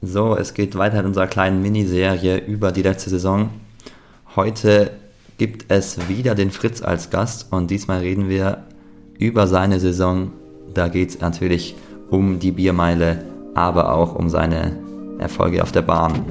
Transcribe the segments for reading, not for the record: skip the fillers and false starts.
So, es geht weiter in unserer kleinen Miniserie über die letzte Saison. Heute gibt es wieder den Fritz als Gast und diesmal reden wir über seine Saison. Da geht es natürlich um die Biermeile, aber auch um seine Erfolge auf der Bahn.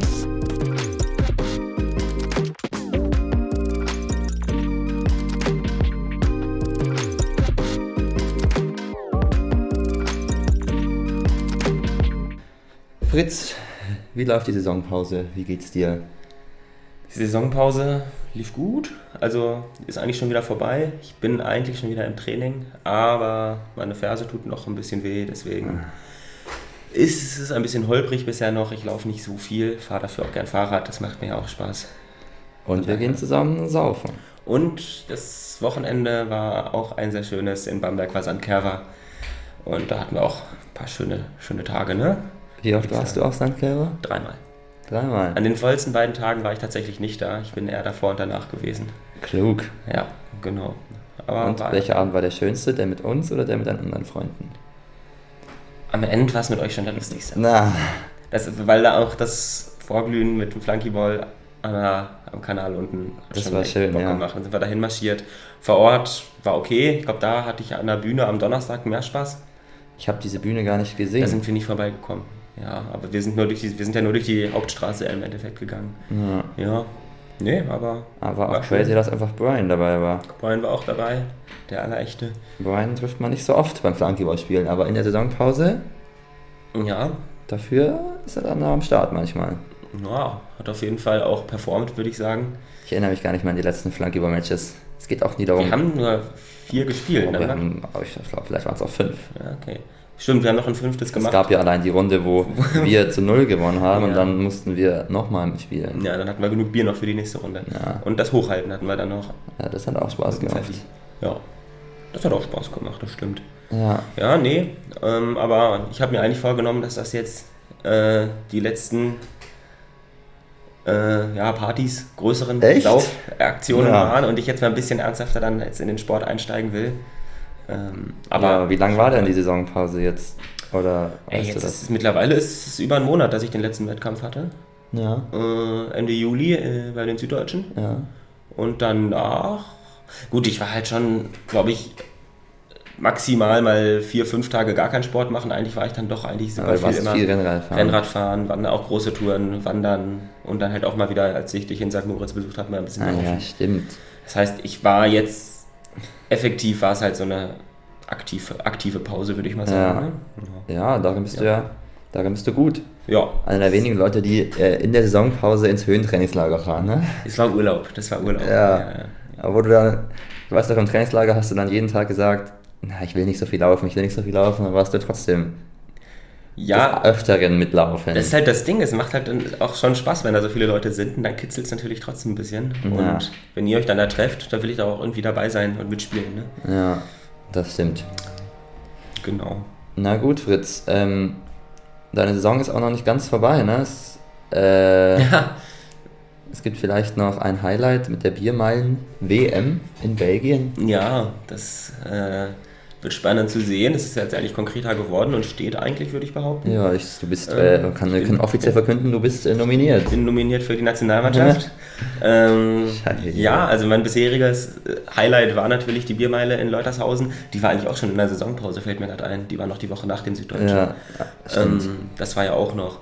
Fritz, wie läuft die Saisonpause? Wie geht's dir? Die Saisonpause lief gut, also ist eigentlich schon wieder vorbei. Ich bin eigentlich schon wieder im Training, aber meine Ferse tut noch ein bisschen weh, deswegen ist es ein bisschen holprig bisher noch. Ich laufe nicht so viel, fahre dafür auch gern Fahrrad, das macht mir auch Spaß. Und wir gehen zusammen saufen. Und das Wochenende war auch ein sehr schönes, in Bamberg war St. Kerver und da hatten wir auch ein paar schöne Tage, ne? Wie oft warst du auf St. Kerver? Dreimal. An den vollsten beiden Tagen war ich tatsächlich nicht da. Ich bin eher davor und danach gewesen. Klug. Ja, genau. Aber und welcher Abend war der schönste? Der mit uns oder der mit deinen anderen Freunden? Am Ende war es mit euch schon der lustigste. Na. Weil da auch das Vorglühen mit dem Flunkyball am Kanal unten das war schön, Bock gemacht. Dann sind wir dahin marschiert. Vor Ort war okay. Ich glaube, da hatte ich an der Bühne am Donnerstag mehr Spaß. Ich habe diese Bühne gar nicht gesehen. Da sind wir nicht vorbeigekommen. Ja, aber wir sind ja nur durch die Hauptstraße im Endeffekt gegangen. Ja. Nee, aber auch crazy, dass einfach Brian dabei war. Brian war auch dabei, der Allerechte. Brian trifft man nicht so oft beim Flunkyball spielen, aber in der Saisonpause, ja, dafür ist er dann am Start manchmal. Ja, hat auf jeden Fall auch performt, würde ich sagen. Ich erinnere mich gar nicht mehr an die letzten Flunkyball-Matches. Es geht auch nie darum. Wir haben nur 4 gespielt, ich glaube, vielleicht waren es auch 5. Ja, okay. Stimmt, wir haben noch ein 5. gemacht. Es gab ja allein die Runde, wo wir zu 0 gewonnen haben und dann mussten wir nochmal spielen. Ja, dann hatten wir genug Bier noch für die nächste Runde. Ja. Und das Hochhalten hatten wir dann noch. Ja, das hat auch Spaß gemacht. Ja, das hat auch Spaß gemacht, das stimmt. Ja. Ja, nee, aber ich habe mir eigentlich vorgenommen, dass das jetzt die letzten Partys, größeren Laufaktionen waren und ich jetzt mal ein bisschen ernsthafter dann jetzt in den Sport einsteigen will. Aber wie lang war denn die Saisonpause jetzt? Oder mittlerweile ist es über einen Monat, dass ich den letzten Wettkampf hatte. Ja. Ende Juli bei den Süddeutschen. Ja. Und danach, gut, ich war halt schon, glaube ich, maximal mal 4-5 Tage gar keinen Sport machen. Eigentlich war ich dann doch super viel Rennradfahren, auch große Touren, Wandern und dann halt auch mal wieder, als ich dich in St. Moritz besucht habe, mal ein bisschen laufen. Ja, stimmt. Das heißt, ich war jetzt effektiv war es halt so eine aktive Pause, würde ich mal sagen. Ja, darin bist du gut. Ja. Einer der wenigen Leute, die in der Saisonpause ins Höhentrainingslager fahren, ne? Das war Urlaub. Ja. Aber du weißt doch, im Trainingslager hast du dann jeden Tag gesagt, ich will nicht so viel laufen, dann warst du trotzdem des Öfteren mitlaufen. Das ist halt das Ding, es macht halt dann auch schon Spaß, wenn da so viele Leute sind und dann kitzelt es natürlich trotzdem ein bisschen. Ja. Und wenn ihr euch dann da trefft, dann will ich da auch irgendwie dabei sein und mitspielen. Ne? Ja, das stimmt. Genau. Na gut, Fritz, deine Saison ist auch noch nicht ganz vorbei, ne? Es gibt vielleicht noch ein Highlight mit der Biermeilen-WM in Belgien. Ja, das wird spannend zu sehen. Das ist jetzt eigentlich konkreter geworden und steht eigentlich, würde ich behaupten. Ja, wir können offiziell verkünden, du bist nominiert. Ich bin nominiert für die Nationalmannschaft. Ja, also mein bisheriges Highlight war natürlich die Biermeile in Leutershausen. Die war eigentlich auch schon in der Saisonpause, fällt mir gerade ein. Die war noch die Woche nach den Süddeutschen. Ja, stimmt. Das war ja auch noch.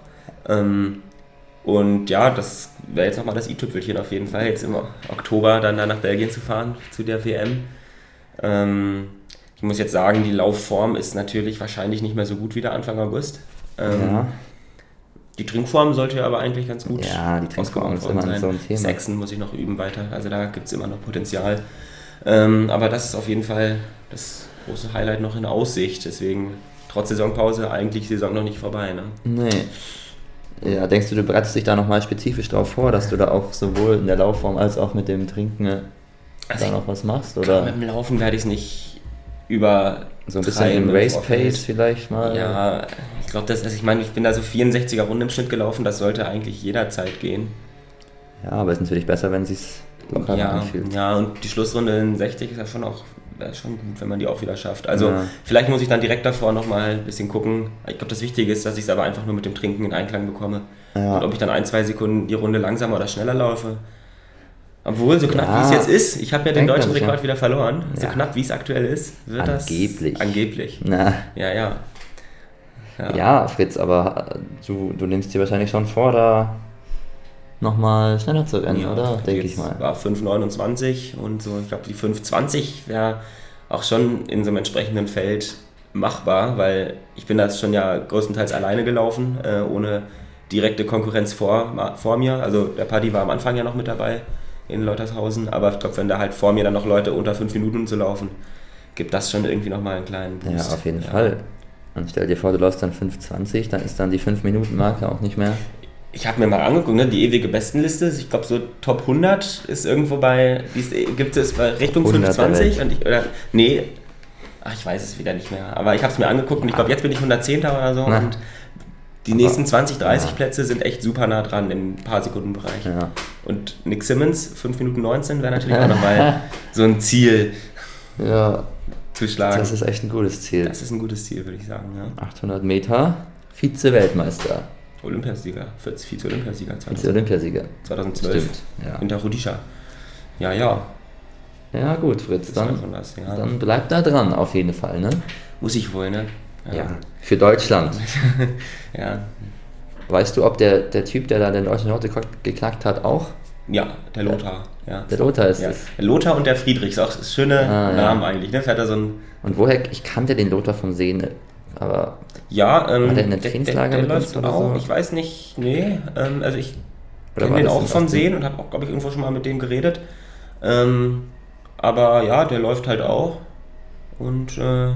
Und ja, das wäre jetzt nochmal das i-Tüpfelchen auf jeden Fall, jetzt im Oktober dann nach Belgien zu fahren, zu der WM. Ich muss jetzt sagen, die Laufform ist natürlich wahrscheinlich nicht mehr so gut wie der Anfang August. Die Trinkform sollte aber eigentlich ganz gut. Ja, die Trinkform ist immer so ein Thema. Sechsen muss ich noch üben weiter, also da gibt es immer noch Potenzial. Aber das ist auf jeden Fall das große Highlight noch in Aussicht, deswegen trotz Saisonpause eigentlich die Saison noch nicht vorbei. Ne? Nee. Ja, denkst du bereitest dich da nochmal spezifisch drauf vor, dass du da auch sowohl in der Laufform als auch mit dem Trinken da noch was machst? Oder? Mit dem Laufen werde ich es nicht über so ein bisschen im Race Pace vielleicht mal. Ja, ich glaube, ich bin da so 64er Runden im Schnitt gelaufen, das sollte eigentlich jederzeit gehen. Ja, aber es ist natürlich besser, wenn es sich locker anfühlt. Ja, und die Schlussrunde in 60 ist ja schon auch wäre schon gut, wenn man die auch wieder schafft. Also vielleicht muss ich dann direkt davor nochmal ein bisschen gucken. Ich glaube, das Wichtige ist, dass ich es aber einfach nur mit dem Trinken in Einklang bekomme. Und ob ich dann 1-2 Sekunden die Runde langsamer oder schneller laufe. Obwohl, so knapp wie es jetzt ist, ich habe ja den deutschen Rekord wieder verloren. So knapp wie es aktuell ist, wird angeblich. Das... Angeblich. Na. Ja. Fritz, aber du nimmst dir wahrscheinlich schon vor, da nochmal schneller zu rennen, oder? Denke ich mal. War 5,29 und so, ich glaube, die 5,20 wäre auch schon in so einem entsprechenden Feld machbar, weil ich bin da jetzt schon ja größtenteils alleine gelaufen, ohne direkte Konkurrenz vor mir. Also der Paddy war am Anfang ja noch mit dabei in Leutershausen, aber ich glaube, wenn da halt vor mir dann noch Leute unter 5 Minuten zu laufen, gibt das schon irgendwie nochmal einen kleinen Boost. Ja, auf jeden Fall. Und stell dir vor, du läufst dann 5,20, dann ist dann die 5-Minuten-Marke auch nicht mehr. Ich habe mir mal angeguckt, ne, die ewige Bestenliste, ich glaube so Top 100 ist irgendwo gibt es bei Richtung 5,20 und ich weiß es wieder nicht mehr, aber ich habe es mir angeguckt und ich glaube, jetzt bin ich 110. oder so und die nächsten 20, 30 Plätze sind echt super nah dran im paar Sekunden Bereich. Ja. Und Nick Simmons, 5 Minuten 19 wäre natürlich auch nochmal so ein Ziel. Ja. Zu schlagen. Das ist echt ein gutes Ziel. Das ist ein gutes Ziel, würde ich sagen. Ja. 800 Meter, Vize-Weltmeister. Olympiasieger, Vize-Olympiasieger. Vize-Olympiasieger. 2012. Stimmt, ja. Hinter Rudisha. Ja. Ja gut, Fritz, dann bleib da dran auf jeden Fall, ne? Muss ich wohl, ne? Ja. Für Deutschland. Ja. Weißt du, ob der Typ, der da den deutschen Rekord geknackt hat, auch? Ja, der Lothar. Ja. Der Lothar ist es. Der Lothar und der Friedrich, ist auch schöne Namen eigentlich. Ne? Hat er so und woher, ich kannte den Lothar vom Sehen, aber hat er in einem Trainingslager mit uns oder auch, so? Ich weiß nicht, also ich kenne den auch vom Sehen und habe auch, glaube ich, irgendwo schon mal mit dem geredet. Aber ja, der läuft halt auch und kann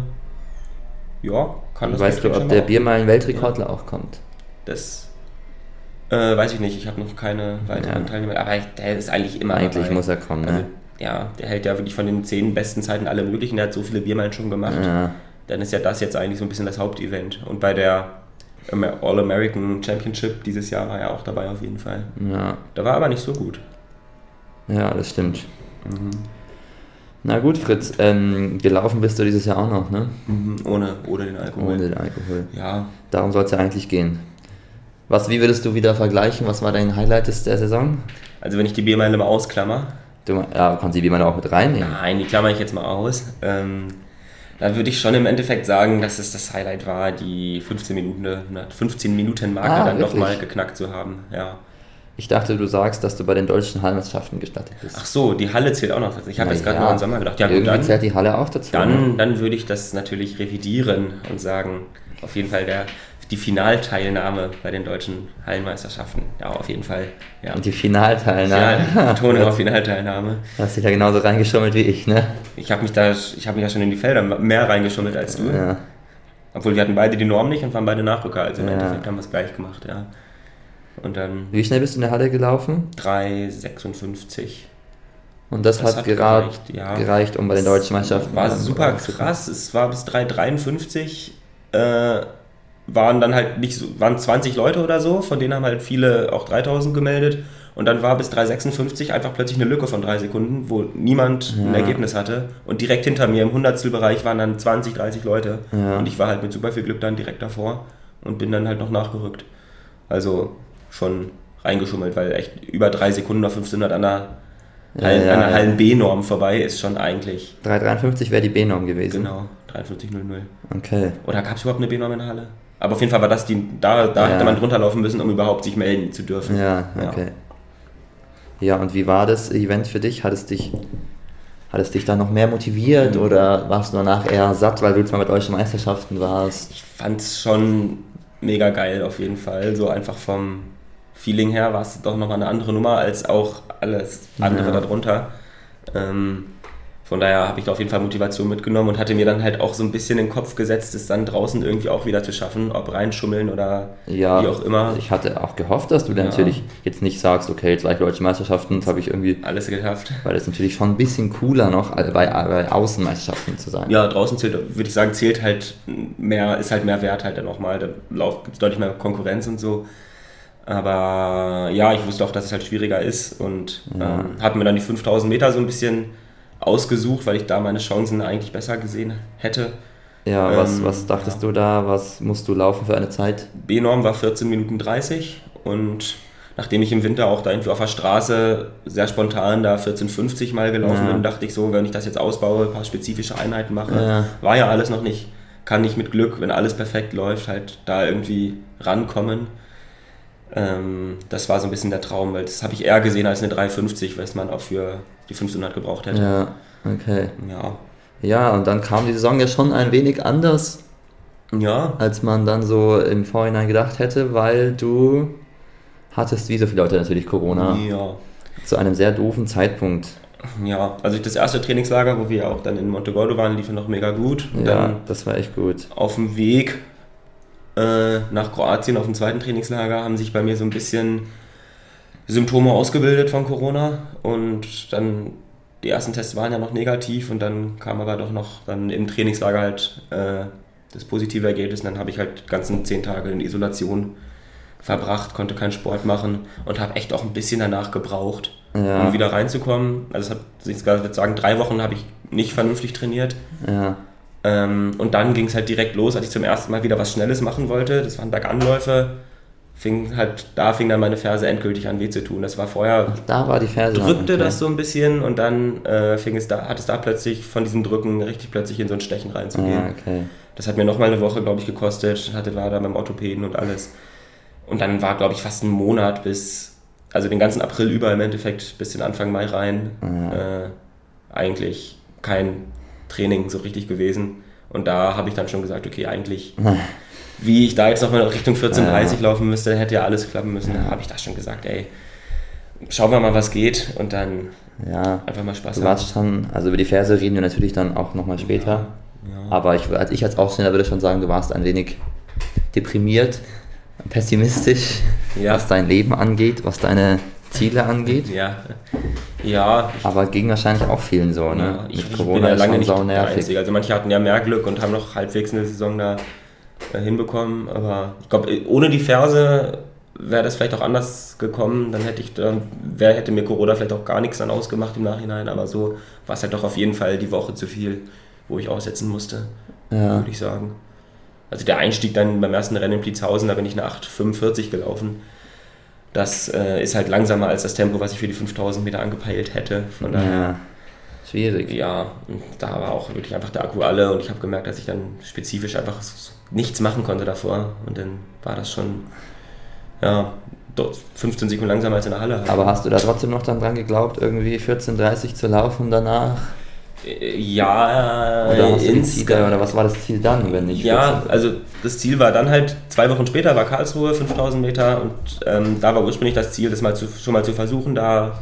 das. Weißt du, ob der Biermeilen-Weltrekordler auch kommt? Das weiß ich nicht, ich habe noch keine weiteren Teilnehmer, aber der ist eigentlich immer dabei. Eigentlich muss er kommen, ne? Also, der hält ja wirklich von den 10 besten Zeiten alle möglichen, der hat so viele Biermeilen schon gemacht. Ja. Dann ist ja das jetzt eigentlich so ein bisschen das Hauptevent. Und bei der All-American Championship dieses Jahr war er auch dabei auf jeden Fall. Ja. Da war aber nicht so gut. Ja, das stimmt. Mhm. Na gut, Fritz, gelaufen bist du dieses Jahr auch noch, ne? Mhm, ohne den Alkohol. Ohne den Alkohol. Ja. Darum soll es ja eigentlich gehen. Wie würdest du wieder vergleichen? Was war dein Highlight der Saison? Also wenn ich die Biermeile mal ausklammer. Kannst du die Biermeile auch mit reinnehmen? Nein, die klammer ich jetzt mal aus. Da würde ich schon im Endeffekt sagen, dass es das Highlight war, die 15 Minuten Marke doch mal geknackt zu haben. Ja. Ich dachte, du sagst, dass du bei den deutschen Hallenmeisterschaften gestartet bist. Ach so, die Halle zählt auch noch. Ich habe jetzt gerade noch im Sommer gedacht, ja gut, dann zählt die Halle auch dazu. Dann würde ich das natürlich revidieren und sagen, auf jeden Fall die Finalteilnahme bei den deutschen Hallenmeisterschaften. Ja, auf jeden Fall. Ja. Und die Finalteilnahme. Betonung auf Finalteilnahme. Du hast dich da genauso reingeschummelt wie ich, ne? Ich habe mich da schon in die Felder mehr reingeschummelt als du. Ja. Obwohl wir hatten beide die Norm nicht und waren beide Nachrücker. Also im Endeffekt haben wir es gleich gemacht, ja. Und dann wie schnell bist du in der Halle gelaufen? 3,56. Und das hat gereicht, um bei den deutschen Meisterschaften. War super krass. Es war bis 3,53. Waren dann halt waren 20 Leute oder so, von denen haben halt viele auch 3000 gemeldet. Und dann war bis 3,56 einfach plötzlich eine Lücke von 3 Sekunden, wo niemand ein Ergebnis hatte. Und direkt hinter mir im Hundertstelbereich waren dann 20, 30 Leute. Ja. Und ich war halt mit super viel Glück dann direkt davor und bin dann halt noch nachgerückt. Also schon reingeschummelt, weil echt über 3 Sekunden auf 1500 an der Hallen-B-Norm vorbei ist schon eigentlich. 3,53 wäre die B-Norm gewesen. Genau, 53,00. Okay. Oder gab es überhaupt eine B-Norm in der Halle? Aber auf jeden Fall war das da hätte man drunter laufen müssen, um überhaupt sich melden zu dürfen. Ja, okay. Ja, und wie war das Event für dich? Hat es dich dann noch mehr motiviert oder warst du danach eher satt, weil du jetzt mal mit deutschen Meisterschaften warst? Ich fand es schon mega geil auf jeden Fall. So einfach vom Feeling her war es doch nochmal eine andere Nummer als auch alles andere darunter. Von daher habe ich da auf jeden Fall Motivation mitgenommen und hatte mir dann halt auch so ein bisschen in den Kopf gesetzt, es dann draußen irgendwie auch wieder zu schaffen, ob reinschummeln oder wie auch immer. Ich hatte auch gehofft, dass du dann natürlich jetzt nicht sagst, okay, jetzt war ich deutsche Meisterschaften, jetzt habe ich irgendwie alles geschafft. Weil es natürlich schon ein bisschen cooler noch bei Außenmeisterschaften zu sein. Ja, draußen würde ich sagen, zählt halt mehr, ist halt mehr Wert halt dann nochmal. Da gibt es deutlich mehr Konkurrenz und so. Aber ja, ich wusste auch, dass es halt schwieriger ist und habe mir dann die 5000 Meter so ein bisschen ausgesucht, weil ich da meine Chancen eigentlich besser gesehen hätte. Ja, was dachtest du da? Was musst du laufen für eine Zeit? B-Norm war 14 Minuten 30 und nachdem ich im Winter auch da irgendwie auf der Straße sehr spontan da 14,50 mal gelaufen bin, dachte ich so, wenn ich das jetzt ausbaue, ein paar spezifische Einheiten mache, war ja alles noch nicht, kann ich mit Glück, wenn alles perfekt läuft, halt da irgendwie rankommen. Das war so ein bisschen der Traum, weil das habe ich eher gesehen als eine 3,50, was man auch für die 1500 gebraucht hätte. Ja, okay. Ja. Ja, und dann kam die Saison ja schon ein wenig anders, als man dann so im Vorhinein gedacht hätte, weil du hattest, wie so viele Leute natürlich, Corona. Ja. Zu einem sehr doofen Zeitpunkt. Ja, also das erste Trainingslager, wo wir auch dann in Montegordo waren, lief noch mega gut. Und ja, dann das war echt gut. auf dem Weg nach Kroatien auf dem zweiten Trainingslager haben sich bei mir so ein bisschen Symptome ausgebildet von Corona und dann die ersten Tests waren ja noch negativ und dann kam aber doch noch dann im Trainingslager halt das positive Ergebnis und dann habe ich halt die ganzen 10 Tage in Isolation verbracht, konnte keinen Sport machen und habe echt auch ein bisschen danach gebraucht, um wieder reinzukommen. Also ich würde sagen, 3 Wochen habe ich nicht vernünftig trainiert. Ja. Und dann ging es halt direkt los, als ich zum ersten Mal wieder was Schnelles machen wollte. Das waren Berganläufe. Fing dann meine Ferse endgültig an weh zu tun. Das war vorher, da war die Ferse drückte das so ein bisschen und dann hat es da plötzlich von diesem Drücken richtig plötzlich in so ein Stechen reinzugehen. Ja, okay. Das hat mir nochmal eine Woche, glaube ich, gekostet. War da beim Orthopäden und alles. Und dann war, glaube ich, fast ein Monat also den ganzen April über im Endeffekt bis den Anfang Mai rein, eigentlich kein Training so richtig gewesen. Und da habe ich dann schon gesagt, okay, eigentlich, wie ich da jetzt nochmal Richtung 14,30 laufen müsste, hätte ja alles klappen müssen. Da habe ich das schon gesagt, ey, schauen wir mal, was geht und dann einfach mal Spaß haben. Du warst schon, also über die Ferse reden wir natürlich dann auch nochmal später. Ja. Aber ich als Ausstehender würde schon sagen, du warst ein wenig deprimiert, pessimistisch, was dein Leben angeht, was deine Ziele angeht. Ja. Aber ging wahrscheinlich auch vielen so, ne? Ja, ich bin ja lange nicht der Einzige. Also manche hatten ja mehr Glück und haben noch halbwegs eine Saison da hinbekommen. Aber ich glaube, ohne die Ferse wäre das vielleicht auch anders gekommen. Dann hätte mir Corona vielleicht auch gar nichts dann ausgemacht im Nachhinein. Aber so war es halt doch auf jeden Fall die Woche zu viel, wo ich aussetzen musste, würde ich sagen. Also der Einstieg dann beim ersten Rennen in Pliezhausen, da bin ich eine 8,45 gelaufen. Das ist halt langsamer als das Tempo, was ich für die 5000 Meter angepeilt hätte. Von daher, schwierig. Ja, und da war auch wirklich einfach der Akku alle und ich habe gemerkt, dass ich dann spezifisch einfach nichts machen konnte davor. Und dann war das schon 15 Sekunden langsamer als in der Halle. Aber hast du da trotzdem noch dann dran geglaubt, irgendwie 14,30 zu laufen danach? Ja, oder hast du Ziele, oder was war das Ziel dann, wenn nicht? Ja, also das Ziel war dann halt, 2 Wochen später war Karlsruhe, 5000 Meter und da war ursprünglich das Ziel, das schon mal zu versuchen, da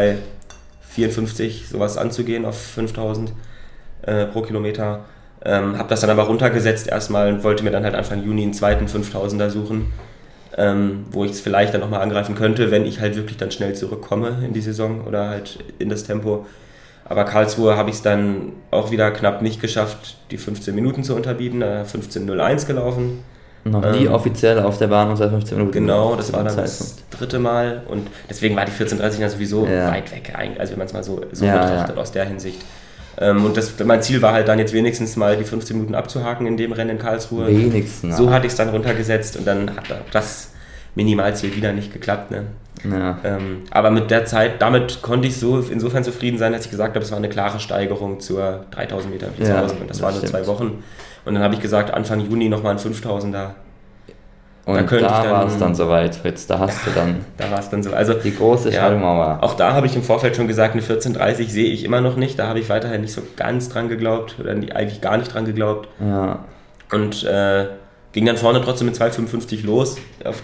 2,54 sowas anzugehen auf 5000 pro Kilometer. Hab das dann aber runtergesetzt erstmal und wollte mir dann halt Anfang Juni einen zweiten 5000er suchen, wo ich es vielleicht dann nochmal angreifen könnte, wenn ich halt wirklich dann schnell zurückkomme in die Saison oder halt in das Tempo. Aber Karlsruhe habe ich es dann auch wieder knapp nicht geschafft, die 15 Minuten zu unterbieten, 15:01 gelaufen. Noch nie offiziell auf der Bahn unter 15 Minuten. Genau, das war dann das 3. Mal und deswegen war die 14:30 ja sowieso weit weg, also wenn man es mal so betrachtet aus der Hinsicht. Und mein Ziel war halt dann jetzt wenigstens mal die 15 Minuten abzuhaken in dem Rennen in Karlsruhe. Wenigstens. So hatte ich es dann runtergesetzt und dann hat das Minimalziel wieder nicht geklappt. Ne? Ja. Aber mit der Zeit, damit konnte ich so insofern zufrieden sein, dass ich gesagt habe, es war eine klare Steigerung zur 3000 Meter und das waren nur 2 Wochen. Und dann habe ich gesagt, Anfang Juni nochmal ein 5000er. Und da war es dann soweit, Fritz, da hast du dann... Da war es dann so. Also, die große Schallmauer. Auch da habe ich im Vorfeld schon gesagt, eine 14:30 sehe ich immer noch nicht. Da habe ich weiterhin nicht so ganz dran geglaubt oder eigentlich gar nicht dran geglaubt. Ja. Und ging dann vorne trotzdem mit 2,55 los,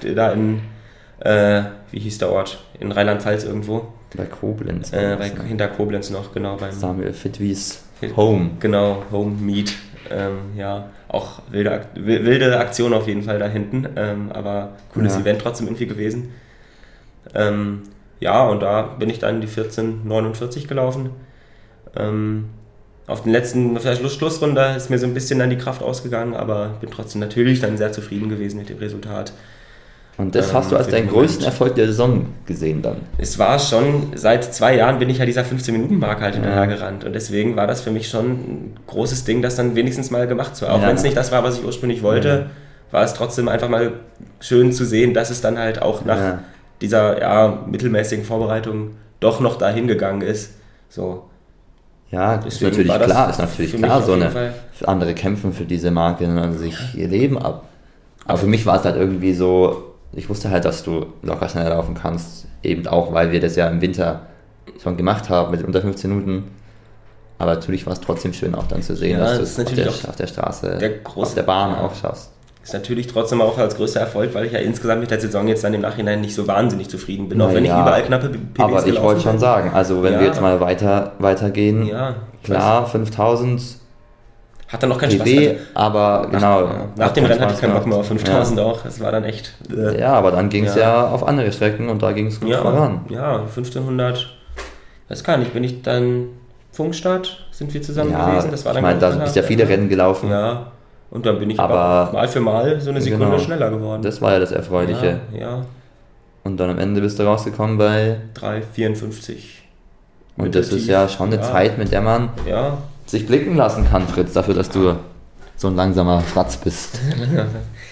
wie hieß der Ort? In Rheinland-Pfalz irgendwo. Bei Koblenz. Hinter Koblenz noch, genau. Beim Samuel Fitwies Home. Genau, Home Meet. Auch wilde Aktion auf jeden Fall da hinten, aber cooles Event trotzdem irgendwie gewesen. Und da bin ich dann die 14:49 gelaufen. Auf der Schlussrunde ist mir so ein bisschen dann die Kraft ausgegangen, aber bin trotzdem natürlich dann sehr zufrieden gewesen mit dem Resultat. Und das hast du als deinen größten Erfolg der Saison gesehen dann? Es war schon, seit 2 Jahren bin ich ja dieser 15-Minuten-Marke halt hinterher gerannt. Und deswegen war das für mich schon ein großes Ding, das dann wenigstens mal gemacht zu haben. Auch wenn es nicht das war, was ich ursprünglich wollte, war es trotzdem einfach mal schön zu sehen, dass es dann halt auch nach dieser mittelmäßigen Vorbereitung doch noch dahin gegangen ist. So. Ja, ist natürlich klar, so eine andere kämpfen für diese Marke und sich ihr Leben ab. Aber für mich war es halt irgendwie so, ich wusste halt, dass du locker schneller laufen kannst, eben auch, weil wir das ja im Winter schon gemacht haben mit unter 15 Minuten. Aber natürlich war es trotzdem schön auch dann zu sehen, dass du es auf der Straße, auf der Bahn auch schaffst. Ist natürlich trotzdem auch als größter Erfolg, weil ich ja insgesamt mit der Saison jetzt dann im Nachhinein nicht so wahnsinnig zufrieden bin, auch wenn ich überall knappe PBs gelaufen bin. Aber ich wollte schon sagen, also wenn wir jetzt mal weitergehen, klar, 5000 hat dann noch keinen PB, Spaß. Aber genau. Nach dem Rennen hatte ich keinen Bock mehr auf 5000 auch. Das war dann echt. Ja, aber dann ging es ja auf andere Strecken und da ging es gut voran. Ja, 1500. Weiß gar nicht, bin ich dann Funkstadt, sind wir zusammen gewesen. Das war dann da bist ja viele Rennen gelaufen. Ja. Und dann bin ich aber mal für mal so eine Sekunde schneller geworden. Das war ja das Erfreuliche. Ja. Und dann am Ende bist du rausgekommen bei 3,54. Und das ist ja schon eine Zeit, mit der man sich blicken lassen kann, Fritz, dafür, dass du so ein langsamer Fratz bist. Ja,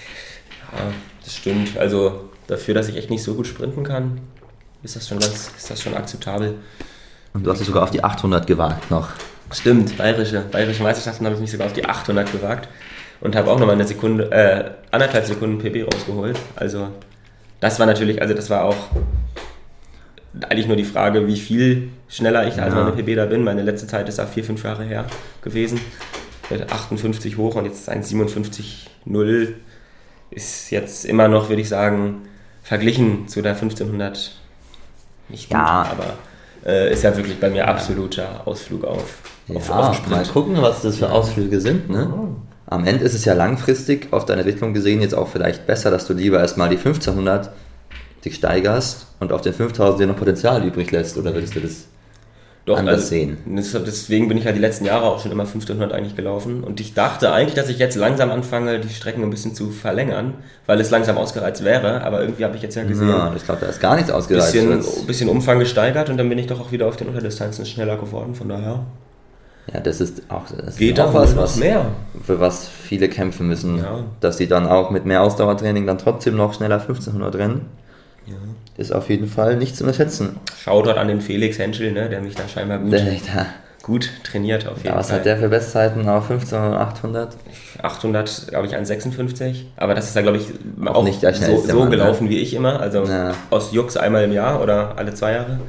das stimmt. Also dafür, dass ich echt nicht so gut sprinten kann, ist das schon akzeptabel. Und du hast dich sogar auf die 800 gewagt noch. Stimmt, bayerische Meisterschaften habe ich mich sogar auf die 800 gewagt und habe auch nochmal 1,5 Sekunden PB rausgeholt. Also das war natürlich, das war auch eigentlich nur die Frage, wie viel schneller ich als meine PB da bin. Meine letzte Zeit ist auch 4-5 Jahre her gewesen. Mit 58 hoch und jetzt 1,57,0 ist jetzt immer noch, würde ich sagen, verglichen zu der 1500 nicht gut, aber ist ja wirklich bei mir absoluter Ausflug auf den Sprint. Mal gucken, was das für Ausflüge sind. Ne? Am Ende ist es ja langfristig auf deine Entwicklung gesehen jetzt auch vielleicht besser, dass du lieber erstmal die 1500 dich steigerst und auf den 5000 dir noch Potenzial übrig lässt, oder würdest du das anders sehen? Deswegen bin ich ja die letzten Jahre auch schon immer 1500 eigentlich gelaufen und ich dachte eigentlich, dass ich jetzt langsam anfange, die Strecken ein bisschen zu verlängern, weil es langsam ausgereizt wäre, aber irgendwie habe ich jetzt ja gesehen, ich glaube, da ist gar nichts ausgereizt. Ein bisschen Umfang gesteigert und dann bin ich doch auch wieder auf den Unterdistanzen schneller geworden, von daher. Ja, das ist auch was mehr. Für was viele kämpfen müssen, dass sie dann auch mit mehr Ausdauertraining dann trotzdem noch schneller 1500 rennen. Ja. Ist auf jeden Fall nicht zu unterschätzen. Shoutout an den Felix Henschel, ne, der mich da scheinbar gut trainiert auf jeden Fall. Was hat der für Bestzeiten auf 15 und 800? 800, glaube ich, 1,56. Aber das ist ja, glaube ich, auch nicht der schnellste so gelaufen wie ich immer. Also aus Jux einmal im Jahr oder alle 2 Jahre.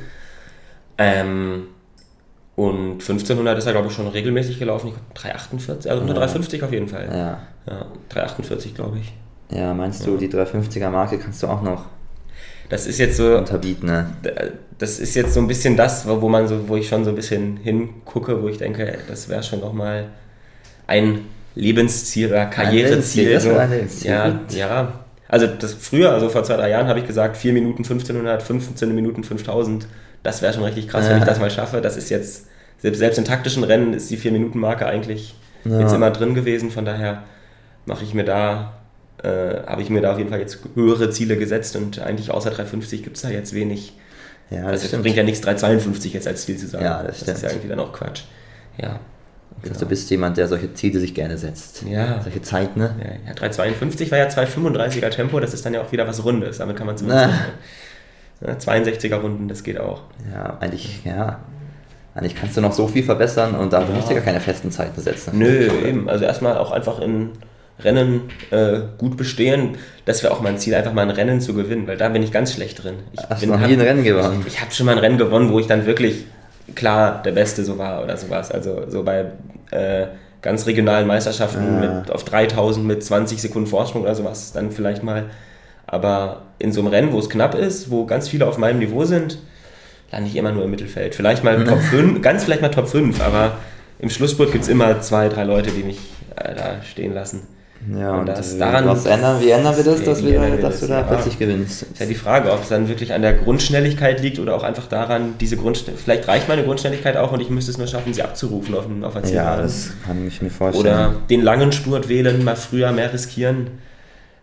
Und 1500 ist er, glaube ich, schon regelmäßig gelaufen. 3,48, also unter 3,50 auf jeden Fall. Ja, 3,48, glaube ich. Ja, meinst du, die 3,50er Marke kannst du auch noch das ist jetzt so unterbieten, ne? Das ist jetzt so ein bisschen das, wo ich schon so ein bisschen hingucke, wo ich denke, das wäre schon nochmal ein Lebensziel oder Karriereziel. Ja. Also das früher, also vor 2-3 Jahren habe ich gesagt, 4 Minuten 1500, 15 Minuten 5000. Das wäre schon richtig krass, wenn ich das mal schaffe. Das ist jetzt, selbst in taktischen Rennen ist die 4-Minuten-Marke eigentlich jetzt immer drin gewesen. Von daher habe ich mir da auf jeden Fall jetzt höhere Ziele gesetzt und eigentlich außer 3,50 gibt es da jetzt wenig. Ja, das bringt ja nichts, 3,52 jetzt als Ziel zu sagen. Ja, das ist ja irgendwie dann auch Quatsch. Ja. Genau. Du bist jemand, der solche Ziele sich gerne setzt. Ja. Solche Zeit, ne? Ja, 3,52 war ja 2,35er Tempo, das ist dann ja auch wieder was Rundes. Damit kann man zumindest 62er Runden, das geht auch. Ja, eigentlich kannst du noch so viel verbessern und da musst du gar keine festen Zeiten setzen. Nö, eben. Also erstmal auch einfach in Rennen gut bestehen. Das wäre auch mein Ziel, einfach mal ein Rennen zu gewinnen, weil da bin ich ganz schlecht drin. Hast du noch nie ein Rennen gewonnen? Ich habe schon mal ein Rennen gewonnen, wo ich dann wirklich klar der Beste so war oder sowas. Also so bei ganz regionalen Meisterschaften auf 3000 mit 20 Sekunden Vorsprung oder sowas dann vielleicht mal. Aber in so einem Rennen, wo es knapp ist, wo ganz viele auf meinem Niveau sind, lande ich immer nur im Mittelfeld. Vielleicht mal Top 5, ganz vielleicht mal Top 5, aber im Schlussspurt gibt es immer 2-3 Leute, die mich da stehen lassen. Ja, und wie ändern wir das, dass du da plötzlich gewinnst? Ist ja die Frage, ob es dann wirklich an der Grundschnelligkeit liegt oder auch einfach daran, vielleicht reicht meine Grundschnelligkeit auch und ich müsste es nur schaffen, sie abzurufen auf der Zielgeraden. Ja, das kann ich mir vorstellen. Oder den langen Spurt wählen, mal früher mehr riskieren.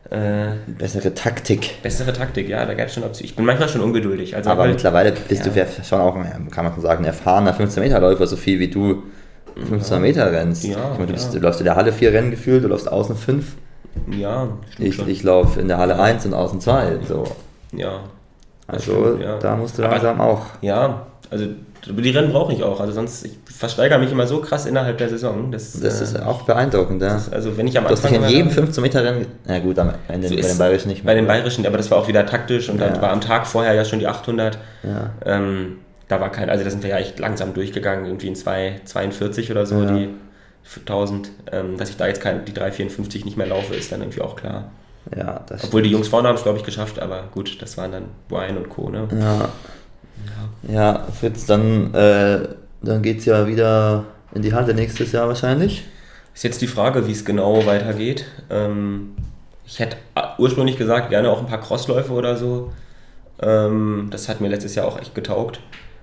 Bessere Taktik. Bessere Taktik, ja, da gab es schon Optionen. Ich bin manchmal schon ungeduldig. Also aber mittlerweile bist du schon auch, kann man sagen, ein erfahrener 15-Meter-Läufer, so viel wie du 15 Meter rennst. Ja, ich meine, du läufst in der Halle 4 Rennen gefühlt, du läufst außen 5. Ja, stimmt. Ich laufe in der Halle 1 und außen 2. So. Ja. Also stimmt, ja. Da musst du langsam auch. Ja, also die Rennen brauche ich auch. Also sonst, ich versteigere mich immer so krass innerhalb der Saison. Das ist auch beeindruckend, ja. Also wenn ich am Anfang... Du hast dich in jedem 15-Meter-Rennen... Na gut, am Ende so bei den Bayerischen nicht mehr. Bei den Bayerischen, aber das war auch wieder taktisch und dann war am Tag vorher ja schon die 800. Ja. Da war also da sind wir ja echt langsam durchgegangen, irgendwie in 2,42 oder so, die 1000. Dass ich da jetzt die 3,54 nicht mehr laufe, ist dann irgendwie auch klar. Ja, obwohl die Jungs vorne haben es, glaube ich, geschafft, aber gut, das waren dann Brian und Co., ne? Ja, Fritz, dann geht es ja wieder in die Halle nächstes Jahr wahrscheinlich. Ist jetzt die Frage, wie es genau weitergeht. Ich hätte ursprünglich gesagt, gerne auch ein paar Crossläufe oder so. Das hat mir letztes Jahr auch echt getaugt.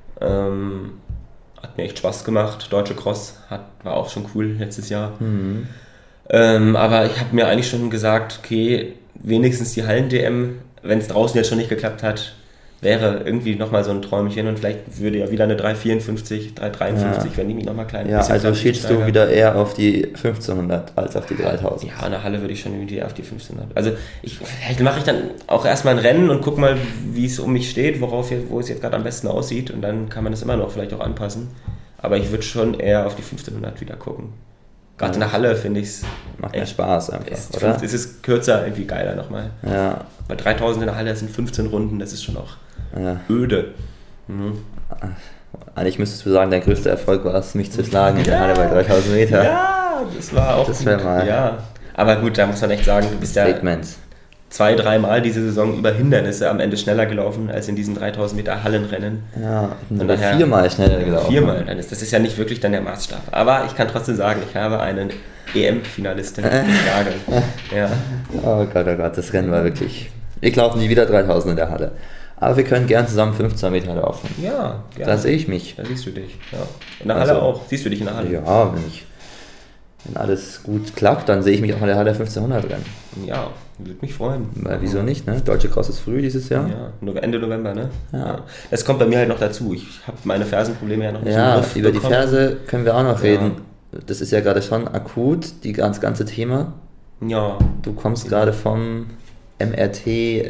Hat mir echt Spaß gemacht. Deutsche Cross war auch schon cool letztes Jahr. Mhm. Aber ich habe mir eigentlich schon gesagt, okay, wenigstens die Hallen-DM, wenn es draußen jetzt schon nicht geklappt hat, wäre irgendwie nochmal so ein Träumchen und vielleicht würde ja wieder eine 3,54, 3,53, wenn die mich nochmal klein bisschen. Ja, also schielst du wieder eher auf die 1500 als auf die 3000. Ja, in der Halle würde ich schon irgendwie eher auf die 1500. Also vielleicht mache ich dann auch erstmal ein Rennen und gucke mal, wie es um mich steht, wo es jetzt gerade am besten aussieht und dann kann man das immer noch vielleicht auch anpassen. Aber ich würde schon eher auf die 1500 wieder gucken. Gerade in der Halle finde ich es... Macht mehr Spaß einfach, oder? Es ist kürzer, irgendwie geiler nochmal. Ja. Bei 3000 in der Halle, das sind 15 Runden, das ist schon auch öde. Mhm. Eigentlich müsstest du sagen, dein größter Erfolg war es, mich zu schlagen in der Halle bei 3000 Meter. Ja, das war auch das wäre mal... Ja, aber gut, da muss man echt sagen, du bist Statement. Ja 2-3 Mal diese Saison über Hindernisse am Ende schneller gelaufen als in diesen 3000 Meter Hallenrennen. Ja, und daher 4-mal schneller gelaufen. 4-mal, das ist ja nicht wirklich dann der Maßstab. Aber ich kann trotzdem sagen, ich habe einen EM-Finalistin geschlagen. Ja. Oh Gott, das Rennen war wirklich... Ich laufe nie wieder 3000 in der Halle. Aber wir können gern zusammen 15 Meter laufen. Ja, gerne. Da sehe ich mich. Da siehst du dich, ja. In der Halle auch. Siehst du dich in der Halle? Ja, wenn alles gut klappt, dann sehe ich mich auch in der Halle 1500 rennen. Ja, würde mich freuen. Weil wieso nicht, ne? Deutsche Cross ist früh dieses Jahr. Ja, Ende November, ne? Ja. Das kommt bei mir halt noch dazu. Ich habe meine Fersenprobleme ja noch nicht im Griff über bekommen. Die Ferse können wir auch noch reden. Das ist ja gerade schon akut, das ganze Thema. Ja. Du kommst gerade vom MRT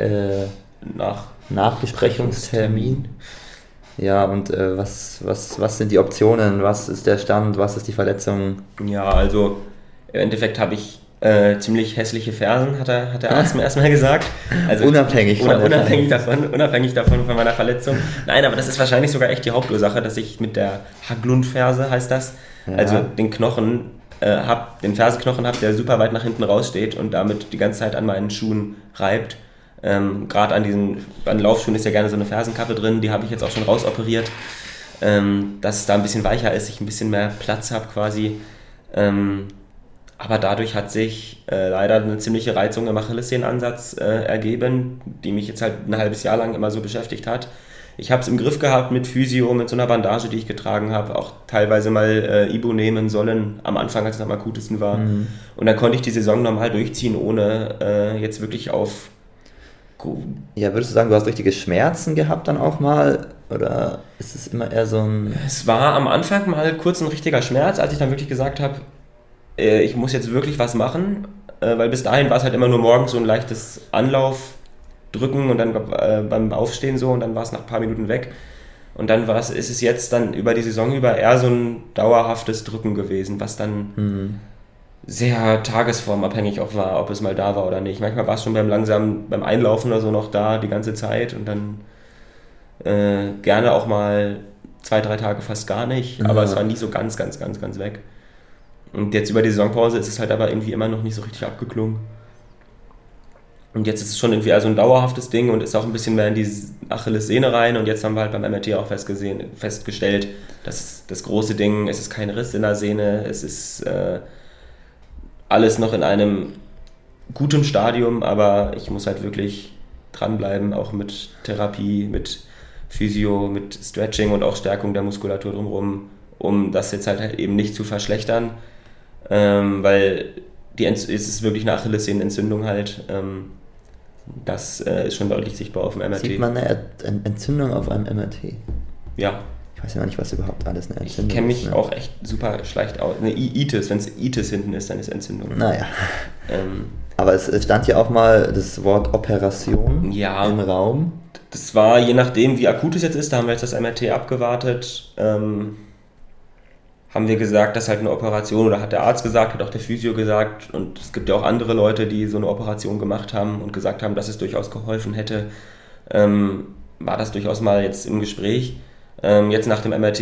Nachbesprechungstermin. Ja, und was sind die Optionen? Was ist der Stand? Was ist die Verletzung? Ja, also im Endeffekt habe ich ziemlich hässliche Fersen, hat der Arzt mir erstmal gesagt. Also unabhängig davon von meiner Verletzung. Nein, aber das ist wahrscheinlich sogar echt die Hauptursache, dass ich mit der Haglundferse, heißt das, also den Knochen den Fersenknochen habe, der super weit nach hinten raussteht und damit die ganze Zeit an meinen Schuhen reibt. Gerade an Laufschuhen ist ja gerne so eine Fersenkappe drin, die habe ich jetzt auch schon rausoperiert, dass es da ein bisschen weicher ist, ich ein bisschen mehr Platz habe quasi. Aber dadurch hat sich leider eine ziemliche Reizung im Achillessehnenansatz ergeben, die mich jetzt halt ein halbes Jahr lang immer so beschäftigt hat. Ich habe es im Griff gehabt mit Physio, mit so einer Bandage, die ich getragen habe, auch teilweise mal Ibu nehmen sollen, am Anfang, als es am akutesten war. Mhm. Und dann konnte ich die Saison normal durchziehen, ohne jetzt wirklich auf... Ja, würdest du sagen, du hast richtige Schmerzen gehabt dann auch mal? Oder ist es immer eher so ein... Es war am Anfang mal kurz ein richtiger Schmerz, als ich dann wirklich gesagt habe, ich muss jetzt wirklich was machen, weil bis dahin war es halt immer nur morgens so ein leichtes Anlaufdrücken und dann beim Aufstehen so und dann war es nach ein paar Minuten weg. Und dann ist es jetzt dann über die Saison über eher so ein dauerhaftes Drücken gewesen, was dann sehr tagesformabhängig auch war, ob es mal da war oder nicht. Manchmal war es schon beim Einlaufen oder so noch da die ganze Zeit und dann gerne auch mal 2-3 Tage fast gar nicht, aber es war nie so ganz weg. Und jetzt über die Saisonpause ist es halt aber irgendwie immer noch nicht so richtig abgeklungen. Und jetzt ist es schon irgendwie eher so ein dauerhaftes Ding und ist auch ein bisschen mehr in die Achillessehne rein. Und jetzt haben wir halt beim MRT auch festgestellt, dass das große Ding, es ist kein Riss in der Sehne, es ist alles noch in einem guten Stadium, aber ich muss halt wirklich dranbleiben, auch mit Therapie, mit Physio, mit Stretching und auch Stärkung der Muskulatur drumherum, um das jetzt halt eben nicht zu verschlechtern. Weil es ist wirklich eine Achillessehnenentzündung halt. Das ist schon deutlich sichtbar auf dem MRT. Sieht man eine Entzündung auf einem MRT? Ja. Ich weiß ja noch nicht, was überhaupt alles eine Entzündung ist. Ich kenne mich auch echt super schlecht aus. Eine Itis, wenn es Itis hinten ist, dann ist Entzündung. Naja. Aber es stand ja auch mal das Wort Operation im Raum. Das war, je nachdem, wie akut es jetzt ist, da haben wir jetzt das MRT abgewartet, haben wir gesagt, dass halt eine Operation, oder hat der Arzt gesagt, hat auch der Physio gesagt, und es gibt ja auch andere Leute, die so eine Operation gemacht haben und gesagt haben, dass es durchaus geholfen hätte, war das durchaus mal jetzt im Gespräch. Jetzt nach dem MRT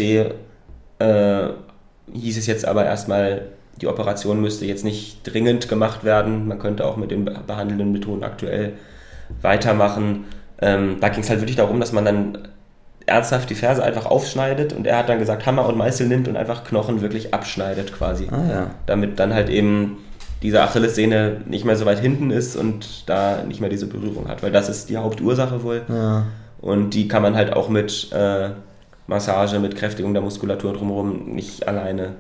hieß es jetzt aber erstmal, die Operation müsste jetzt nicht dringend gemacht werden, man könnte auch mit den behandelnden Methoden aktuell weitermachen. Da ging es halt wirklich darum, dass man dann ernsthaft die Ferse einfach aufschneidet, und er hat dann gesagt, Hammer und Meißel nimmt und einfach Knochen wirklich abschneidet quasi. Damit dann halt eben diese Achillessehne nicht mehr so weit hinten ist und da nicht mehr diese Berührung hat, weil das ist die Hauptursache wohl. Ja. Und die kann man halt auch mit Massage, mit Kräftigung der Muskulatur drumherum nicht alleine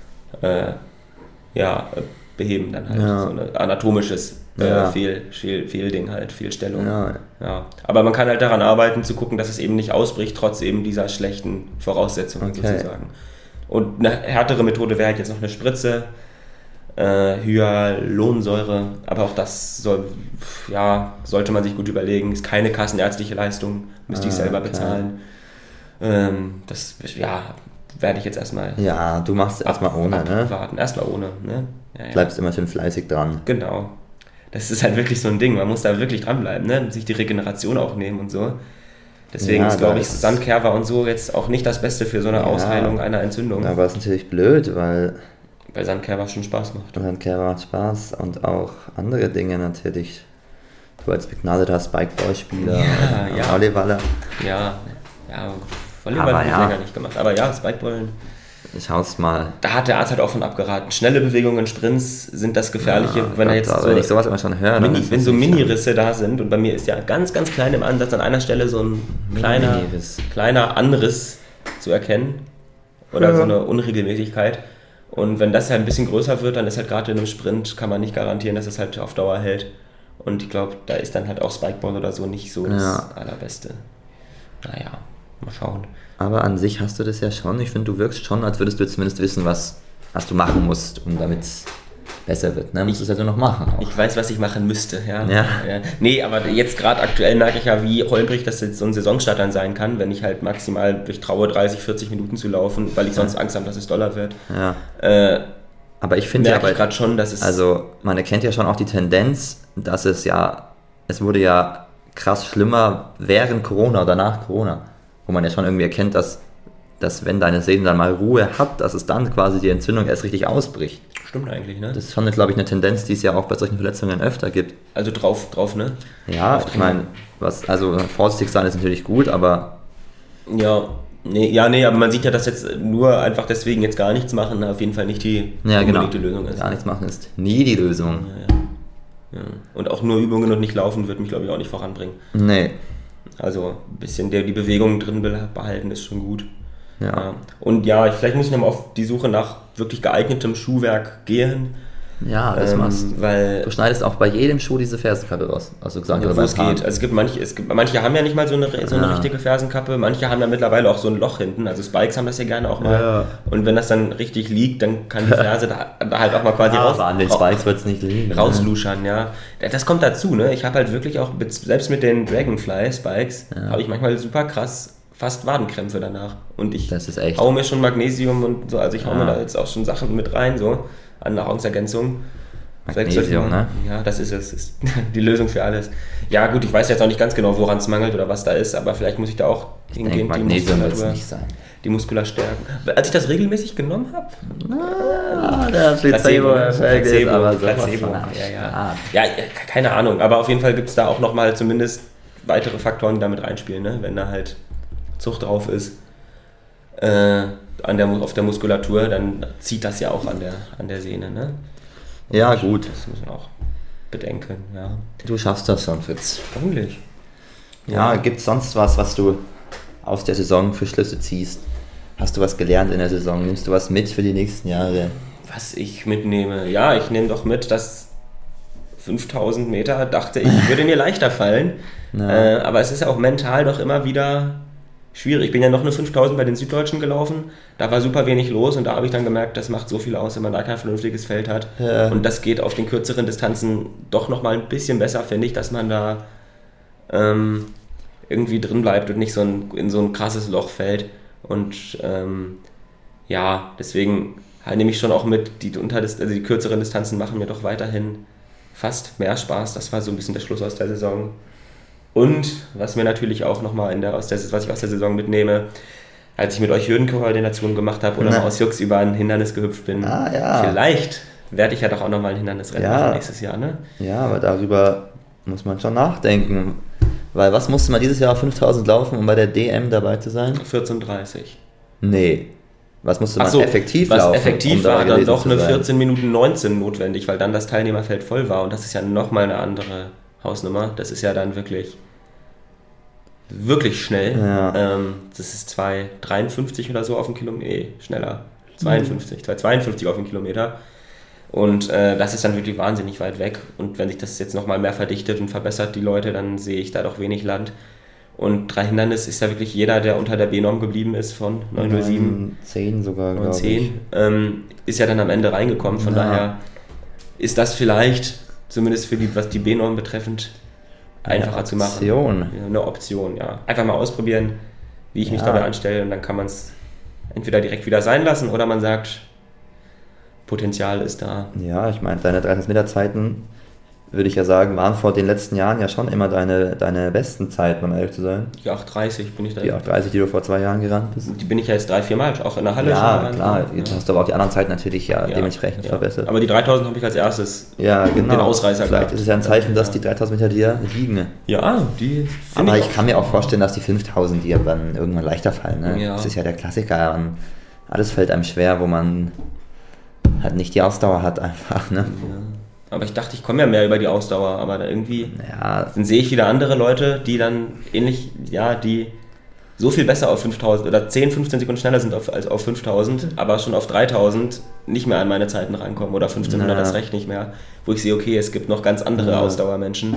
beheben dann halt. So ein anatomisches Fehlding halt, Fehlstellung. Ja. Aber man kann halt daran arbeiten, zu gucken, dass es eben nicht ausbricht, trotz eben dieser schlechten Voraussetzungen sozusagen. Und eine härtere Methode wäre halt jetzt noch eine Spritze, Hyaluronsäure, aber auch das sollte man sich gut überlegen, ist keine kassenärztliche Leistung, müsste ich selber bezahlen. Das werde ich jetzt erstmal. Ja, du machst erstmal ohne, ne? Warten, erstmal ohne, ne? Ja. Bleibst immer schön fleißig dran. Genau. Das ist halt wirklich so ein Ding, man muss da wirklich dranbleiben, ne? Sich die Regeneration auch nehmen und so. Deswegen ist, glaube ich, Sandkerber und so jetzt auch nicht das Beste für so eine Ausheilung einer Entzündung. Aber es ist natürlich blöd, weil Sandkerber schon Spaß macht. Sandkerber macht Spaß und auch andere Dinge natürlich. Du als begnadeter Spikeball-Spieler, Volleyballer. Ja, Volleyball habe ich länger nicht gemacht, aber ja, Spikeballen. Ich hau's mal. Da hat der Arzt halt auch von abgeraten. Schnelle Bewegungen, Sprints sind das Gefährliche, wenn er jetzt wenn ich sowas immer schon höre. Wenn so Mini-Risse da sind, und bei mir ist ja ganz, ganz klein im Ansatz an einer Stelle so ein kleiner Anriss zu erkennen oder so eine Unregelmäßigkeit. Und wenn das halt ein bisschen größer wird, dann ist halt gerade in einem Sprint, kann man nicht garantieren, dass es halt auf Dauer hält. Und ich glaube, da ist dann halt auch Spikeball oder so nicht so das Allerbeste. Naja, mal schauen. Aber an sich hast du das ja schon. Ich finde, du wirkst schon, als würdest du zumindest wissen, was du machen musst, um damit es besser wird. Ne? Musst du es also noch machen. Auch. Ich weiß, was ich machen müsste. Ja. Nee, aber jetzt gerade aktuell merke ich ja, wie holprig das jetzt so ein Saisonstart dann sein kann, wenn ich halt maximal mich traue, 30, 40 Minuten zu laufen, weil ich sonst Angst habe, dass es doller wird. Ja. Aber ich finde gerade schon, dass es... Also man erkennt ja schon auch die Tendenz, dass es wurde ja krass schlimmer während Corona oder nach Corona, wo man ja schon irgendwie erkennt, dass wenn deine Sehne dann mal Ruhe hat, dass es dann quasi die Entzündung erst richtig ausbricht. Stimmt eigentlich, ne? Das ist schon, glaube ich, eine Tendenz, die es ja auch bei solchen Verletzungen öfter gibt. Also drauf, ne? Ja, ich meine, vorsichtig sein ist natürlich gut, aber... aber man sieht ja, dass jetzt nur einfach deswegen jetzt gar nichts machen auf jeden Fall nicht die unbedingte Lösung ist. Gar nichts machen ist nie die Lösung. Ja. Und auch nur Übungen und nicht laufen wird mich, glaube ich, auch nicht voranbringen. Nee. Also ein bisschen die Bewegungen drin behalten ist schon gut. Ja. Und vielleicht muss ich nochmal auf die Suche nach wirklich geeignetem Schuhwerk gehen. Ja, das machst weil du. schneidest auch bei jedem Schuh diese Fersenkappe raus, was du gesagt hast. Wo es geht. Also manche haben ja nicht mal so eine richtige Fersenkappe, manche haben ja mittlerweile auch so ein Loch hinten. Also Spikes haben das ja gerne auch mal. Ja. Und wenn das dann richtig liegt, dann kann die Ferse da halt auch mal quasi aber an den Spikes wird es nicht liegen. Rausluschern, ja. Das kommt dazu, ne? Ich habe halt wirklich auch, selbst mit den Dragonfly Spikes, habe ich manchmal super krass fast Wadenkrämpfe danach. Und ich hau mir schon Magnesium und so, also ich hau mir da jetzt auch schon Sachen mit rein, so an Nahrungsergänzung. Magnesium, ne? Ja, das ist es. Ist die Lösung für alles. Ja gut, ich weiß jetzt auch nicht ganz genau, woran es mangelt oder was da ist, aber vielleicht muss ich da auch hingehen, Magnesium wird es nicht sein. Die Muskulatur stärken. Als ich das regelmäßig genommen habe? Der Placebo-Effekt ist aber Placebo. Ja, keine Ahnung, aber auf jeden Fall gibt es da auch nochmal zumindest weitere Faktoren, die da mit reinspielen, ne? Wenn da halt Zucht drauf ist auf der Muskulatur, dann zieht das ja auch an der Sehne, ne? Ja, gut. Das muss man auch bedenken, ja. Du schaffst das schon, Fritz. Hoffentlich. Ja, gibt es sonst was du aus der Saison für Schlüsse ziehst? Hast du was gelernt in der Saison? Nimmst du was mit für die nächsten Jahre? Was ich mitnehme? Ja, ich nehme doch mit, dass 5000 Meter, dachte ich, würde mir leichter fallen. Aber es ist ja auch mental doch immer wieder schwierig. Ich bin ja noch eine 5000 bei den Süddeutschen gelaufen, da war super wenig los und da habe ich dann gemerkt, das macht so viel aus, wenn man da kein vernünftiges Feld hat. Ja. Und das geht auf den kürzeren Distanzen doch nochmal ein bisschen besser, finde ich, dass man da irgendwie drin bleibt und nicht in so ein krasses Loch fällt. Und deswegen nehme ich schon auch mit, die kürzeren Distanzen machen mir doch weiterhin fast mehr Spaß. Das war so ein bisschen der Schluss aus der Saison. Und was mir natürlich auch nochmal was ich aus der Saison mitnehme, als ich mit euch Hürdenkoordination gemacht habe oder mal aus Jux über ein Hindernis gehüpft bin, vielleicht werde ich ja doch auch nochmal ein Hindernisrennen machen nächstes Jahr, ne? Ja, aber darüber muss man schon nachdenken. Weil was musste man dieses Jahr auf 5000 laufen, um bei der DM dabei zu sein? 14:30. Nee. Was musste man effektiv laufen? Was effektiv war dann doch eine 14 Minuten 19 notwendig, weil dann das Teilnehmerfeld voll war und das ist ja nochmal eine andere Hausnummer. Das ist ja dann wirklich schnell. Ja. Das ist 2,53 oder so auf den Kilometer. Nee, schneller. 2,52 auf den Kilometer. Und das ist dann wirklich wahnsinnig weit weg. Und wenn sich das jetzt nochmal mehr verdichtet und verbessert, die Leute, dann sehe ich da doch wenig Land. Und 3 Hindernis ist ja wirklich jeder, der unter der B-Norm geblieben ist von 907. 10 sogar, glaube ich. 10, ist ja dann am Ende reingekommen. Von daher ist das vielleicht, zumindest für was die B-Norm betreffend, einfacher zu machen. Eine Option, ja. Einfach mal ausprobieren, wie ich mich dabei anstelle. Und dann kann man es entweder direkt wieder sein lassen oder man sagt, Potenzial ist da. Ja, ich meine, deine 300 Meter Zeiten, würde ich ja sagen, waren vor den letzten Jahren ja schon immer deine besten Zeiten, um ehrlich zu sein. Die 8,30 bin ich da. Die 8,30, die du vor 2 Jahren gerannt bist. Die bin ich ja jetzt 3-4 Mal, auch in der Halle schon gerannt. Klar, jetzt hast du aber auch die anderen Zeiten natürlich dementsprechend verbessert. Aber die 3000 habe ich als erstes den Ausreißer gehabt. Vielleicht ist es ja ein Zeichen, dass die 3000 Meter dir liegen. Ja, die aber ich kann mir auch vorstellen, dass die 5000 dir dann irgendwann leichter fallen. Ne? Ja. Das ist ja der Klassiker. Und alles fällt einem schwer, wo man halt nicht die Ausdauer hat einfach. Ne? Ja. Aber ich dachte, ich komme ja mehr über die Ausdauer, aber da irgendwie dann sehe ich wieder andere Leute, die dann ähnlich, die so viel besser auf 5000 oder 10, 15 Sekunden schneller sind als auf 5000, aber schon auf 3000 nicht mehr an meine Zeiten reinkommen oder 1500 das recht nicht mehr, wo ich sehe, okay, es gibt noch ganz andere Ausdauermenschen,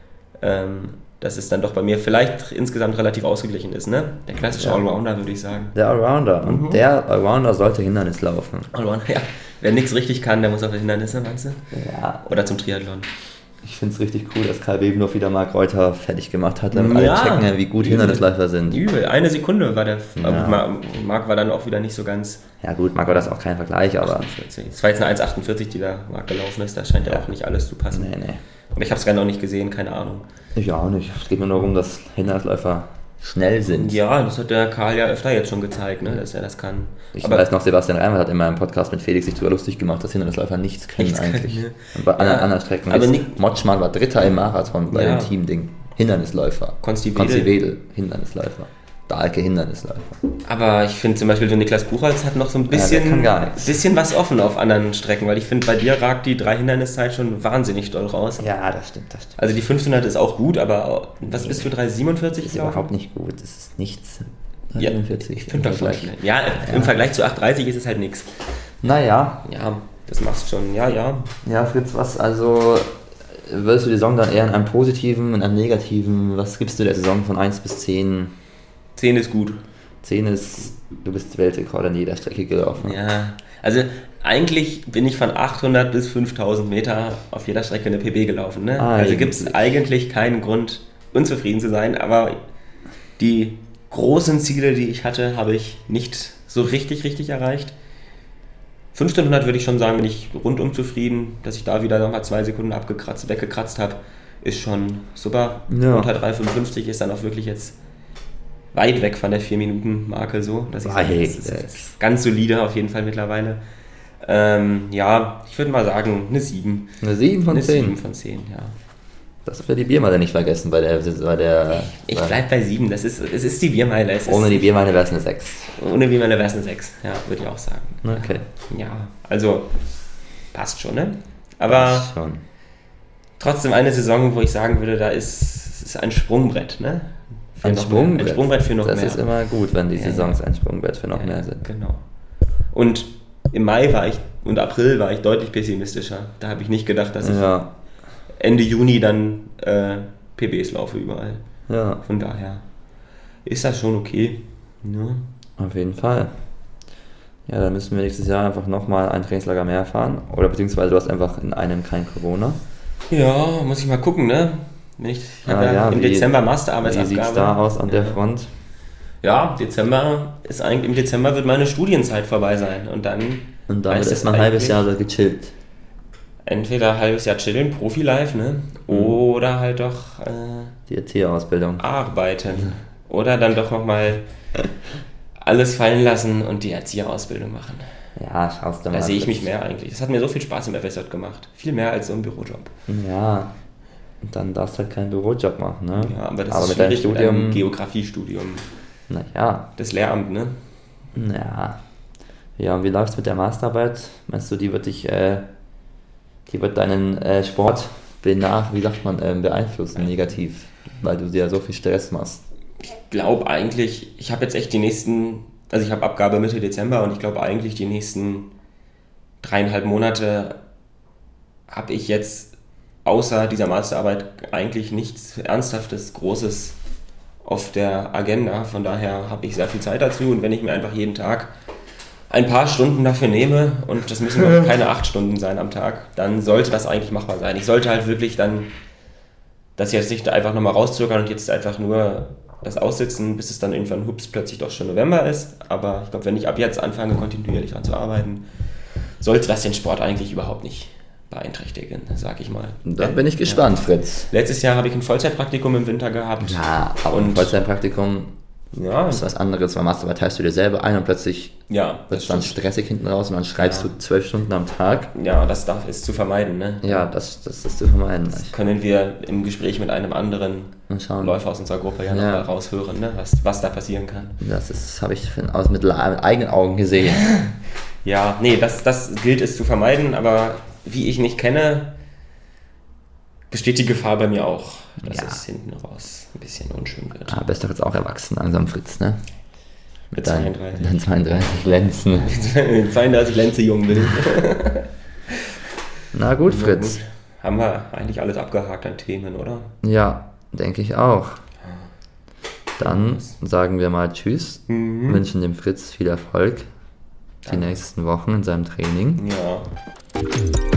dass es dann doch bei mir vielleicht insgesamt relativ ausgeglichen ist, ne? Der klassische Allrounder, würde ich sagen. Der Allrounder. Und der Allrounder sollte Hindernis laufen. Allrounder, ja. Wer nichts richtig kann, der muss auf Hindernisse, meinst du? Ja. Oder zum Triathlon. Ich finde es richtig cool, dass Karl Bebenhoff wieder Marc Reuter fertig gemacht hat, damit alle checken, wie gut Hindernisläufer sind. Übel. 1 Sekunde war der. Marc war dann auch wieder nicht so ganz. Ja, gut, Marc war das auch kein Vergleich, aber. 48. Das war jetzt eine 1,48, die da Marc gelaufen ist. Da scheint ja auch nicht alles zu passen. Nee. Und ich habe es gerade noch nicht gesehen, keine Ahnung. Ich auch nicht. Es geht nur darum, dass Hindernisläufer schnell sind. Ja, das hat der Karl ja öfter jetzt schon gezeigt, ne, dass er das kann. Ich weiß noch, Sebastian Reimann hat immer im Podcast mit Felix sich drüber lustig gemacht, dass Hindernisläufer nichts können eigentlich. Ne? Und bei anderen Strecken. Aber Motschmann war Dritter im Marathon bei dem Teamding. Hindernisläufer. Konsti Wedel, Hindernisläufer. Dahlke, Hindernisläufer. Aber ich finde zum Beispiel, so Niklas Buchholz hat noch so ein bisschen was offen auf anderen Strecken, weil ich finde, bei dir ragt die 3 Hinderniszeit schon wahnsinnig doll raus. Ja, das stimmt. Also die 1500 ist auch gut, aber was bist du, 3,47? Das ist überhaupt nicht gut, das ist nichts. 3,47. Ich finde doch vielleicht. Ja, im Vergleich zu 8,30 ist es halt nichts. Naja. Ja, das machst du schon, ja. Ja, Fritz, würdest du die Saison dann eher in einem positiven und einem negativen, was gibst du der Saison von 1 bis 10? 10 ist gut. 10 ist, du bist Weltrekord an jeder Strecke gelaufen. Ja, also eigentlich bin ich von 800 bis 5000 Meter auf jeder Strecke eine PB gelaufen. Ne? Also gibt es eigentlich keinen Grund, unzufrieden zu sein, aber die großen Ziele, die ich hatte, habe ich nicht so richtig erreicht. 1500 würde ich schon sagen, bin ich rundum zufrieden, dass ich da wieder nochmal 2 Sekunden weggekratzt habe, ist schon super. Ja. Unter 3,55 ist dann auch wirklich jetzt weit weg von der 4-Minuten-Marke so, dass ich sage, das ist ganz solide auf jeden Fall mittlerweile. Ich würde mal sagen, eine 7. Eine 7 von 10? Eine 7 von 10, ja. Das wird die Biermeile nicht vergessen bei der Ich bleib bei 7, es ist die Biermeile. Ohne die Biermeile wäre es eine 6. Ohne Biermeile wäre es eine 6, ja, würde ich auch sagen. Okay. Ja, also passt schon, ne? Aber schon. Trotzdem eine Saison, wo ich sagen würde, es ist ein Sprungbrett, ne? Ein Sprungbrett für noch mehr. Das ist immer gut, wenn die Saisons ein Sprungbrett für noch mehr sind. Genau. Und im Mai war ich Und April war ich deutlich pessimistischer. Da habe ich nicht gedacht, dass ich Ja, Ende Juni dann PBs laufe überall. ja, Von daher ist das schon okay. Ja. auf jeden Fall. Ja, dann müssen wir nächstes Jahr einfach nochmal ein Trainingslager mehr fahren. Oder beziehungsweise du hast einfach in einem kein Corona. Ja, muss ich mal gucken, ne? Ich habe im Dezember Masterarbeitsaufgabe. Wie sieht es da aus an der Front? Ja, im Dezember wird meine Studienzeit vorbei sein. Und dann Und dann heißt wird es erstmal ein halbes eigentlich Jahr so gechillt. entweder ein halbes Jahr chillen, Profi-Life, ne? Oder halt doch Die Erzieherausbildung. arbeiten. Oder dann doch nochmal alles fallen lassen und die Erzieherausbildung machen. Ja, schaust du mal. Da sehe ich mich mehr eigentlich. Es hat mir so viel Spaß im FSJ gemacht. Viel mehr als so ein Bürojob. Ja, und dann darfst du halt keinen Bürojob machen, ne? Ja, aber das ist mit deinem schwierig mit Studium, einem Geografiestudium. naja, Das Lehramt, ne? ja. Ja, und wie läuft's mit der Masterarbeit? Meinst du, die wird deinen Sport beeinflussen negativ, weil du dir so viel Stress machst? Ich glaube eigentlich, ich habe jetzt echt ich habe Abgabe Mitte Dezember und ich glaube eigentlich die nächsten 3,5 Monate habe ich jetzt außer dieser Masterarbeit eigentlich nichts Ernsthaftes, Großes auf der Agenda. Von daher habe ich sehr viel Zeit dazu und wenn ich mir einfach jeden Tag ein paar Stunden dafür nehme und das müssen noch keine 8 Stunden sein am Tag, dann sollte das eigentlich machbar sein. Ich sollte halt wirklich dann das jetzt nicht einfach nochmal rauszögern und jetzt einfach nur das aussitzen, bis es dann irgendwann plötzlich doch schon November ist. Aber ich glaube, wenn ich ab jetzt anfange, kontinuierlich daran zu arbeiten, sollte das den Sport eigentlich überhaupt nicht beeinträchtigen, sag ich mal. Da bin ich gespannt, Fritz. Letztes Jahr habe ich ein Vollzeitpraktikum im Winter gehabt. Ja, aber ein Vollzeitpraktikum Ja, ist was anderes, weil Masterarbeit teilst du dir selber ein und plötzlich ja, wird es dann stressig hinten raus und dann schreibst du 12 Stunden am Tag. ja, das ist zu vermeiden. Ne? Ja, das ist zu vermeiden. Das können wir im Gespräch mit einem anderen Mal schauen. Läufer aus unserer Gruppe ja Ja. nochmal raushören, ne? was da passieren kann. Habe ich mit eigenen Augen gesehen. Ja, nee, das gilt es zu vermeiden, aber wie ich mich kenne, besteht die Gefahr bei mir auch, dass Ja. es hinten raus ein bisschen unschön wird. Ah, bist doch jetzt auch erwachsen langsam, Fritz, ne? Mit deinen 32. 32 Lenzen. 32 Lenze jung bin. Na gut, Fritz. Gut. Haben wir eigentlich alles abgehakt an Themen, oder? Ja, denke ich auch. Dann sagen wir mal Tschüss, wünschen dem Fritz viel Erfolg die nächsten Wochen in seinem Training. Ja.